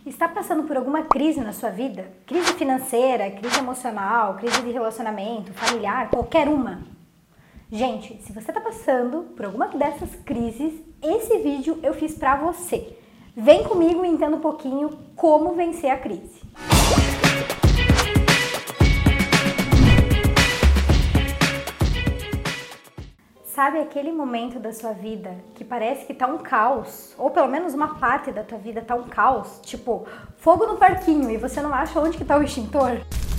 Está passando por alguma crise na sua vida? Crise financeira, crise emocional, crise de relacionamento, familiar, qualquer uma? Gente, se você está passando por alguma dessas crises, esse vídeo eu fiz para você. Vem comigo e entenda um pouquinho como vencer a crise. Sabe aquele momento da sua vida que parece que tá um caos, ou pelo menos uma parte da tua vida tá um caos, tipo fogo no parquinho e você não acha onde que tá o extintor?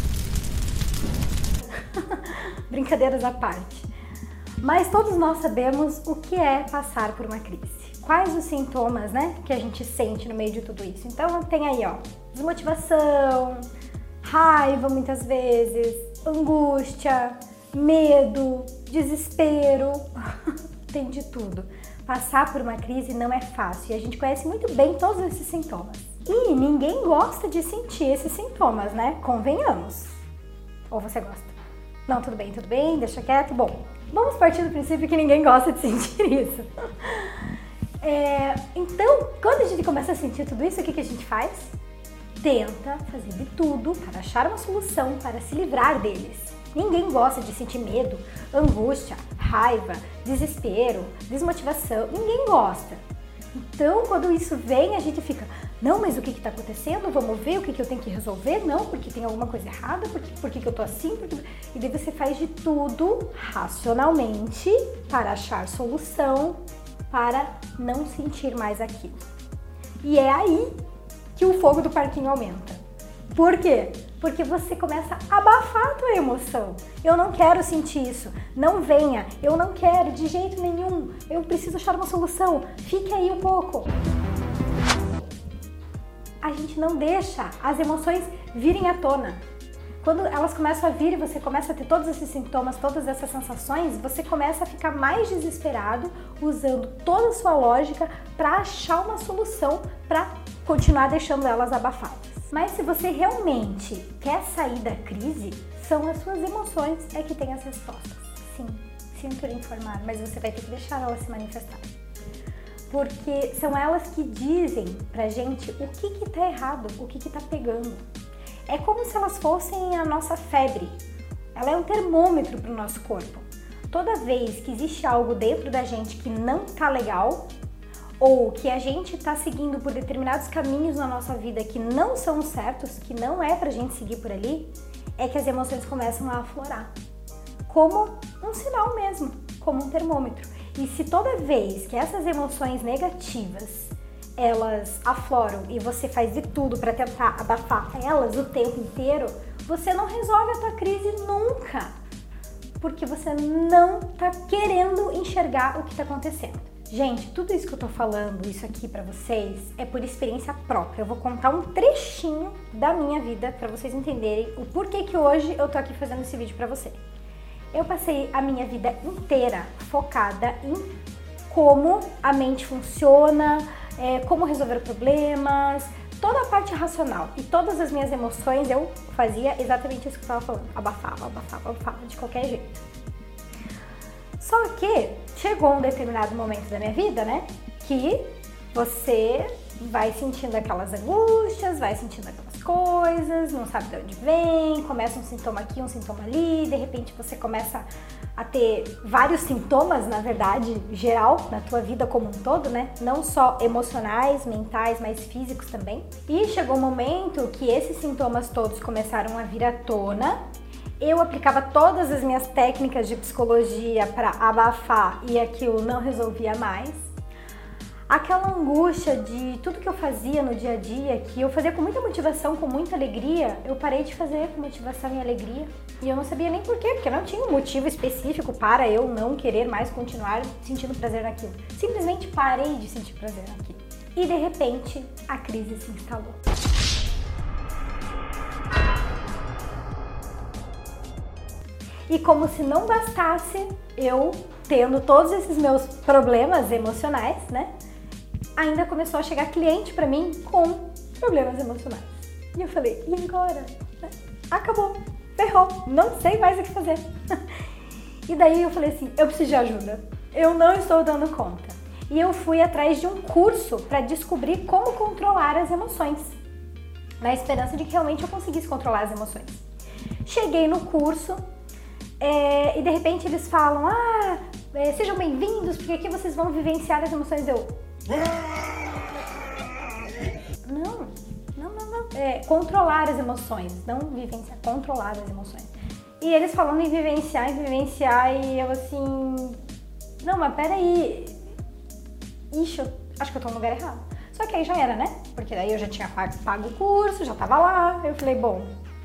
Brincadeiras à parte. Mas todos nós sabemos o que é passar por uma crise. Quais os sintomas, né, que a gente sente no meio de tudo isso? Então tem aí, ó, desmotivação, raiva muitas vezes, angústia, medo, desespero, tem de tudo. Passar por uma crise não é fácil e a gente conhece muito bem todos esses sintomas. E ninguém gosta de sentir esses sintomas, né? Convenhamos. Ou você gosta? Não, tudo bem, deixa quieto. Bom, vamos partir do princípio que ninguém gosta de sentir isso. Então, quando a gente começa a sentir tudo isso, o que a gente faz? Tenta fazer de tudo para achar uma solução para se livrar deles. Ninguém gosta de sentir medo, angústia, raiva, desespero, desmotivação. Ninguém gosta. Então, quando isso vem, a gente fica, não, mas o que está acontecendo? Vamos ver o que eu tenho que resolver? Não, porque tem alguma coisa errada? Por que eu tô assim? E daí você faz de tudo racionalmente para achar solução, para não sentir mais aquilo. E é aí que o fogo do parquinho aumenta. Por quê? Porque você começa a abafar a tua emoção. Eu não quero sentir isso. Não venha. Eu não quero de jeito nenhum. Eu preciso achar uma solução. Fique aí um pouco. A gente não deixa as emoções virem à tona. Quando elas começam a vir e você começa a ter todos esses sintomas, todas essas sensações, você começa a ficar mais desesperado, usando toda a sua lógica para achar uma solução para continuar deixando elas abafadas. Mas se você realmente quer sair da crise, são as suas emoções que têm as respostas. Sim, sinto lhe informar, mas você vai ter que deixar elas se manifestar. Porque são elas que dizem pra gente o que tá errado, o que tá pegando. É como se elas fossem a nossa febre. Ela é um termômetro pro nosso corpo. Toda vez que existe algo dentro da gente que não tá legal, ou que a gente está seguindo por determinados caminhos na nossa vida que não são certos, que não é pra gente seguir por ali, é que as emoções começam a aflorar. Como um sinal mesmo, como um termômetro. E se toda vez que essas emoções negativas, elas afloram e você faz de tudo para tentar abafar elas o tempo inteiro, você não resolve a tua crise nunca. Porque você não tá querendo enxergar o que tá acontecendo. Gente, tudo isso que eu tô falando, isso aqui pra vocês, é por experiência própria. Eu vou contar um trechinho da minha vida pra vocês entenderem o porquê que hoje eu tô aqui fazendo esse vídeo pra você. Eu passei a minha vida inteira focada em como a mente funciona, como resolver problemas, toda a parte racional. E todas as minhas emoções eu fazia exatamente isso que eu tava falando. Abafava de qualquer jeito. Só que chegou um determinado momento da minha vida, né, que você vai sentindo aquelas angústias, vai sentindo aquelas coisas, não sabe de onde vem, começa um sintoma aqui, um sintoma ali, de repente você começa a ter vários sintomas, na verdade, geral, na tua vida como um todo, né, não só emocionais, mentais, mas físicos também. E chegou um momento que esses sintomas todos começaram a vir à tona. Eu aplicava todas as minhas técnicas de psicologia para abafar e aquilo não resolvia mais. Aquela angústia de tudo que eu fazia no dia a dia, que eu fazia com muita motivação, com muita alegria, eu parei de fazer com motivação e alegria. E eu não sabia nem porquê, porque não tinha um motivo específico para eu não querer mais continuar sentindo prazer naquilo. Simplesmente parei de sentir prazer naquilo. E de repente, a crise se instalou. E como se não bastasse eu tendo todos esses meus problemas emocionais, né? Ainda começou a chegar cliente pra mim com problemas emocionais. E eu falei, e agora? Acabou, ferrou, não sei mais o que fazer. E daí eu falei assim, eu preciso de ajuda. Eu não estou dando conta. E eu fui atrás de um curso para descobrir como controlar as emoções. na esperança de que realmente eu conseguisse controlar as emoções. Cheguei no curso e de repente eles falam, sejam bem-vindos, porque aqui vocês vão vivenciar as emoções. Não. Controlar as emoções, não vivenciar, controlar as emoções. E eles falando em vivenciar, e eu assim, não, mas peraí, ixi, eu acho que eu tô no lugar errado. Só que aí já era, né? Porque daí eu já tinha pago o curso, já tava lá, eu falei, bom,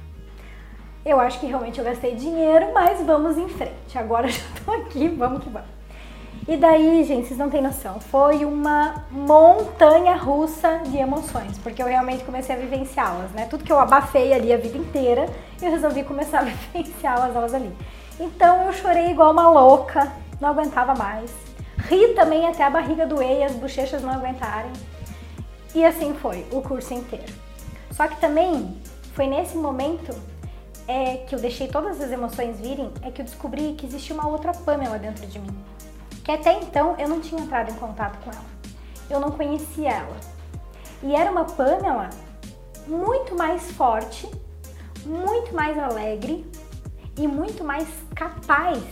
eu acho que realmente eu gastei dinheiro, mas vamos em frente, agora eu já tô aqui, vamos que vamos. E daí, gente, vocês não têm noção, foi uma montanha russa de emoções, porque eu realmente comecei a vivenciá-las, né? Tudo que eu abafei ali a vida inteira, eu resolvi começar a vivenciá-las elas ali. Então eu chorei igual uma louca, não aguentava mais. Ri também até a barriga doer e as bochechas não aguentarem. E assim foi o curso inteiro. Só que também foi nesse momento que eu deixei todas as emoções virem, que eu descobri que existia uma outra Pamela dentro de mim. Que até então eu não tinha entrado em contato com ela. Eu não conhecia ela. E era uma Pamela muito mais forte, muito mais alegre e muito mais capaz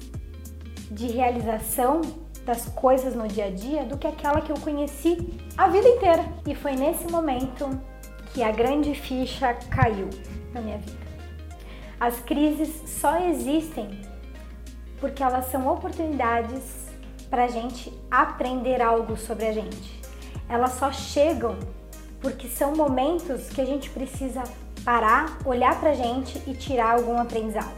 de realização das coisas no dia a dia do que aquela que eu conheci a vida inteira. E foi nesse momento que a grande ficha caiu na minha vida. As crises só existem porque elas são oportunidades para a gente aprender algo sobre a gente. Elas só chegam porque são momentos que a gente precisa parar, olhar pra gente e tirar algum aprendizado.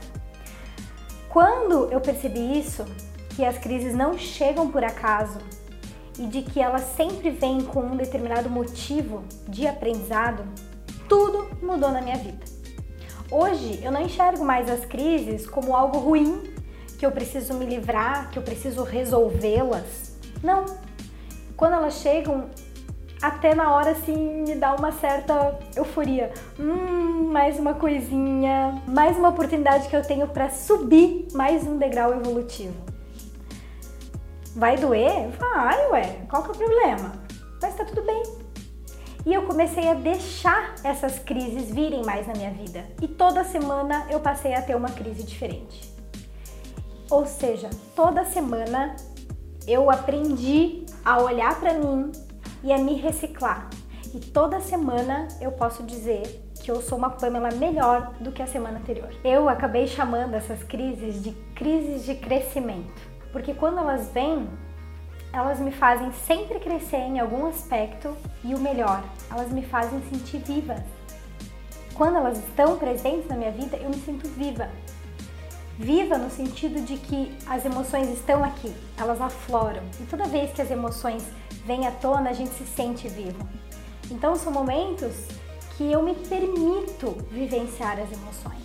Quando eu percebi isso, que as crises não chegam por acaso e de que elas sempre vêm com um determinado motivo de aprendizado, tudo mudou na minha vida. Hoje eu não enxergo mais as crises como algo ruim, que eu preciso me livrar, que eu preciso resolvê-las. Não. Quando elas chegam, até na hora assim me dá uma certa euforia. Mais uma coisinha, mais uma oportunidade que eu tenho para subir mais um degrau evolutivo. Vai doer? Vai, ué. Qual que é o problema? Mas tá tudo bem. E eu comecei a deixar essas crises virem mais na minha vida. E toda semana eu passei a ter uma crise diferente. Ou seja, toda semana eu aprendi a olhar para mim e a me reciclar. E toda semana eu posso dizer que eu sou uma Pamela melhor do que a semana anterior. Eu acabei chamando essas crises de crises de crescimento, porque quando elas vêm, elas me fazem sempre crescer em algum aspecto e o melhor, elas me fazem sentir viva. Quando elas estão presentes na minha vida, eu me sinto viva. Viva no sentido de que as emoções estão aqui, elas afloram. E toda vez que as emoções vêm à tona, a gente se sente vivo. Então são momentos que eu me permito vivenciar as emoções.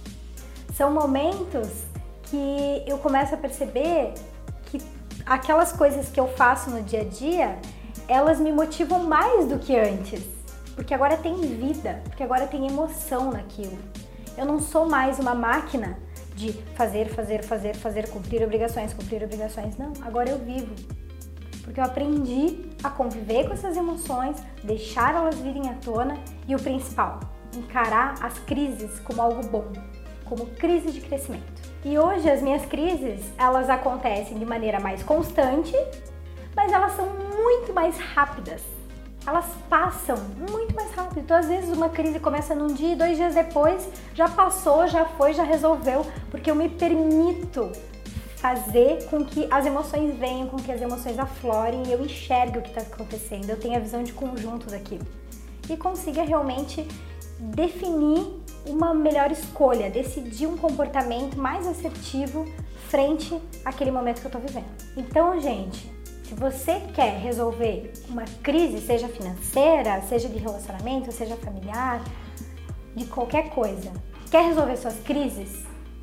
São momentos que eu começo a perceber que aquelas coisas que eu faço no dia a dia, elas me motivam mais do que antes. Porque agora tem vida, porque agora tem emoção naquilo. Eu não sou mais uma máquina de fazer, cumprir obrigações. Não, agora eu vivo. Porque eu aprendi a conviver com essas emoções, deixar elas virem à tona e o principal, encarar as crises como algo bom, como crise de crescimento. E hoje as minhas crises, elas acontecem de maneira mais constante, mas elas são muito mais rápidas. Elas passam muito mais rápido. Então, às vezes, uma crise começa num dia e 2 dias depois já passou, já foi, já resolveu, porque eu me permito fazer com que as emoções venham, com que as emoções aflorem e eu enxergue o que está acontecendo, eu tenho a visão de conjunto daquilo e consiga realmente definir uma melhor escolha, decidir um comportamento mais assertivo frente àquele momento que eu estou vivendo. Então, gente, se você quer resolver uma crise, seja financeira, seja de relacionamento, seja familiar, de qualquer coisa, quer resolver suas crises?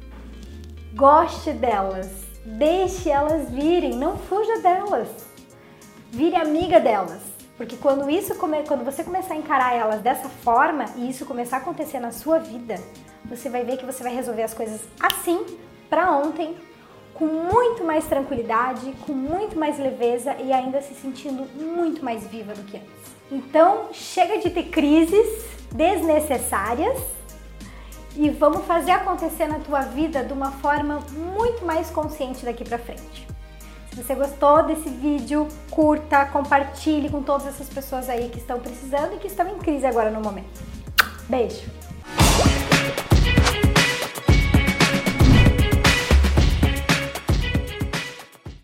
Goste delas, deixe elas virem, não fuja delas, vire amiga delas, porque quando você começar a encarar elas dessa forma e isso começar a acontecer na sua vida, você vai ver que você vai resolver as coisas assim, para ontem, com muito mais tranquilidade, com muito mais leveza e ainda se sentindo muito mais viva do que antes. Então, chega de ter crises desnecessárias e vamos fazer acontecer na tua vida de uma forma muito mais consciente daqui pra frente. Se você gostou desse vídeo, curta, compartilhe com todas essas pessoas aí que estão precisando e que estão em crise agora no momento. Beijo!